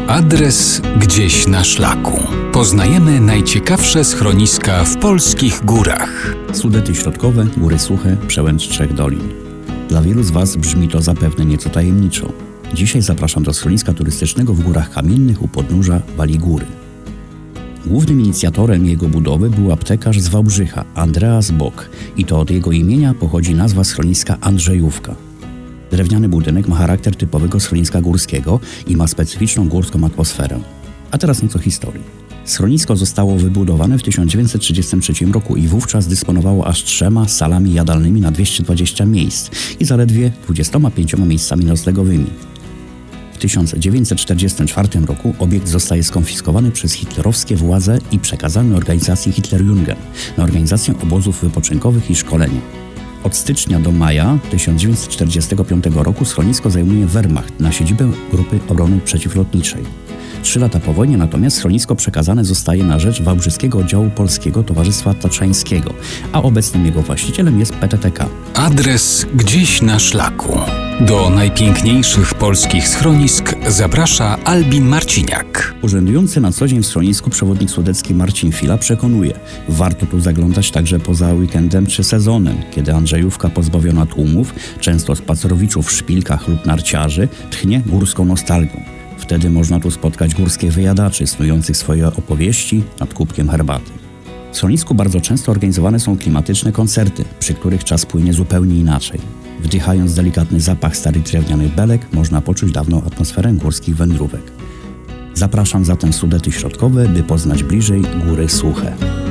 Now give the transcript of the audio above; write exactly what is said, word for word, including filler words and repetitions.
Adres gdzieś na szlaku. Poznajemy najciekawsze schroniska w polskich górach. Sudety Środkowe, Góry Suche, przełęcz Trzech Dolin. Dla wielu z Was brzmi to zapewne nieco tajemniczo. Dzisiaj zapraszam do schroniska turystycznego w Górach Kamiennych u podnóża Wali Góry. Głównym inicjatorem jego budowy był aptekarz z Wałbrzycha, Andreas Bock, i to od jego imienia pochodzi nazwa schroniska Andrzejówka. Drewniany budynek ma charakter typowego schroniska górskiego i ma specyficzną górską atmosferę. A teraz nieco historii. Schronisko zostało wybudowane w tysiąc dziewięćset trzydziestym trzecim roku i wówczas dysponowało aż trzema salami jadalnymi na dwieście dwadzieścia miejsc i zaledwie dwudziestoma pięcioma miejscami noclegowymi. W tysiąc dziewięćset czterdziestym czwartym roku obiekt zostaje skonfiskowany przez hitlerowskie władze i przekazany organizacji Hitlerjugend na organizację obozów wypoczynkowych i szkolenia. Od stycznia do maja tysiąc dziewięćset czterdziestego piątego roku schronisko zajmuje Wehrmacht na siedzibę Grupy Obrony Przeciwlotniczej. Trzy lata po wojnie natomiast schronisko przekazane zostaje na rzecz Wałbrzyskiego Oddziału Polskiego Towarzystwa Tatrzańskiego, a obecnym jego właścicielem jest P T T K. Adres gdzieś na szlaku. Do najpiękniejszych polskich schronisk zaprasza Albin Marciniak. Urzędujący na co dzień w schronisku przewodnik sudecki Marcin Fila przekonuje, warto tu zaglądać także poza weekendem czy sezonem, kiedy Andrzejówka pozbawiona tłumów, często spacerowiczów w szpilkach lub narciarzy, tchnie górską nostalgią. Wtedy można tu spotkać górskich wyjadaczy snujących swoje opowieści nad kubkiem herbaty. W schronisku bardzo często organizowane są klimatyczne koncerty, przy których czas płynie zupełnie inaczej. Wdychając delikatny zapach starych drewnianych belek, można poczuć dawną atmosferę górskich wędrówek. Zapraszam zatem w Sudety Środkowe, by poznać bliżej Góry Suche.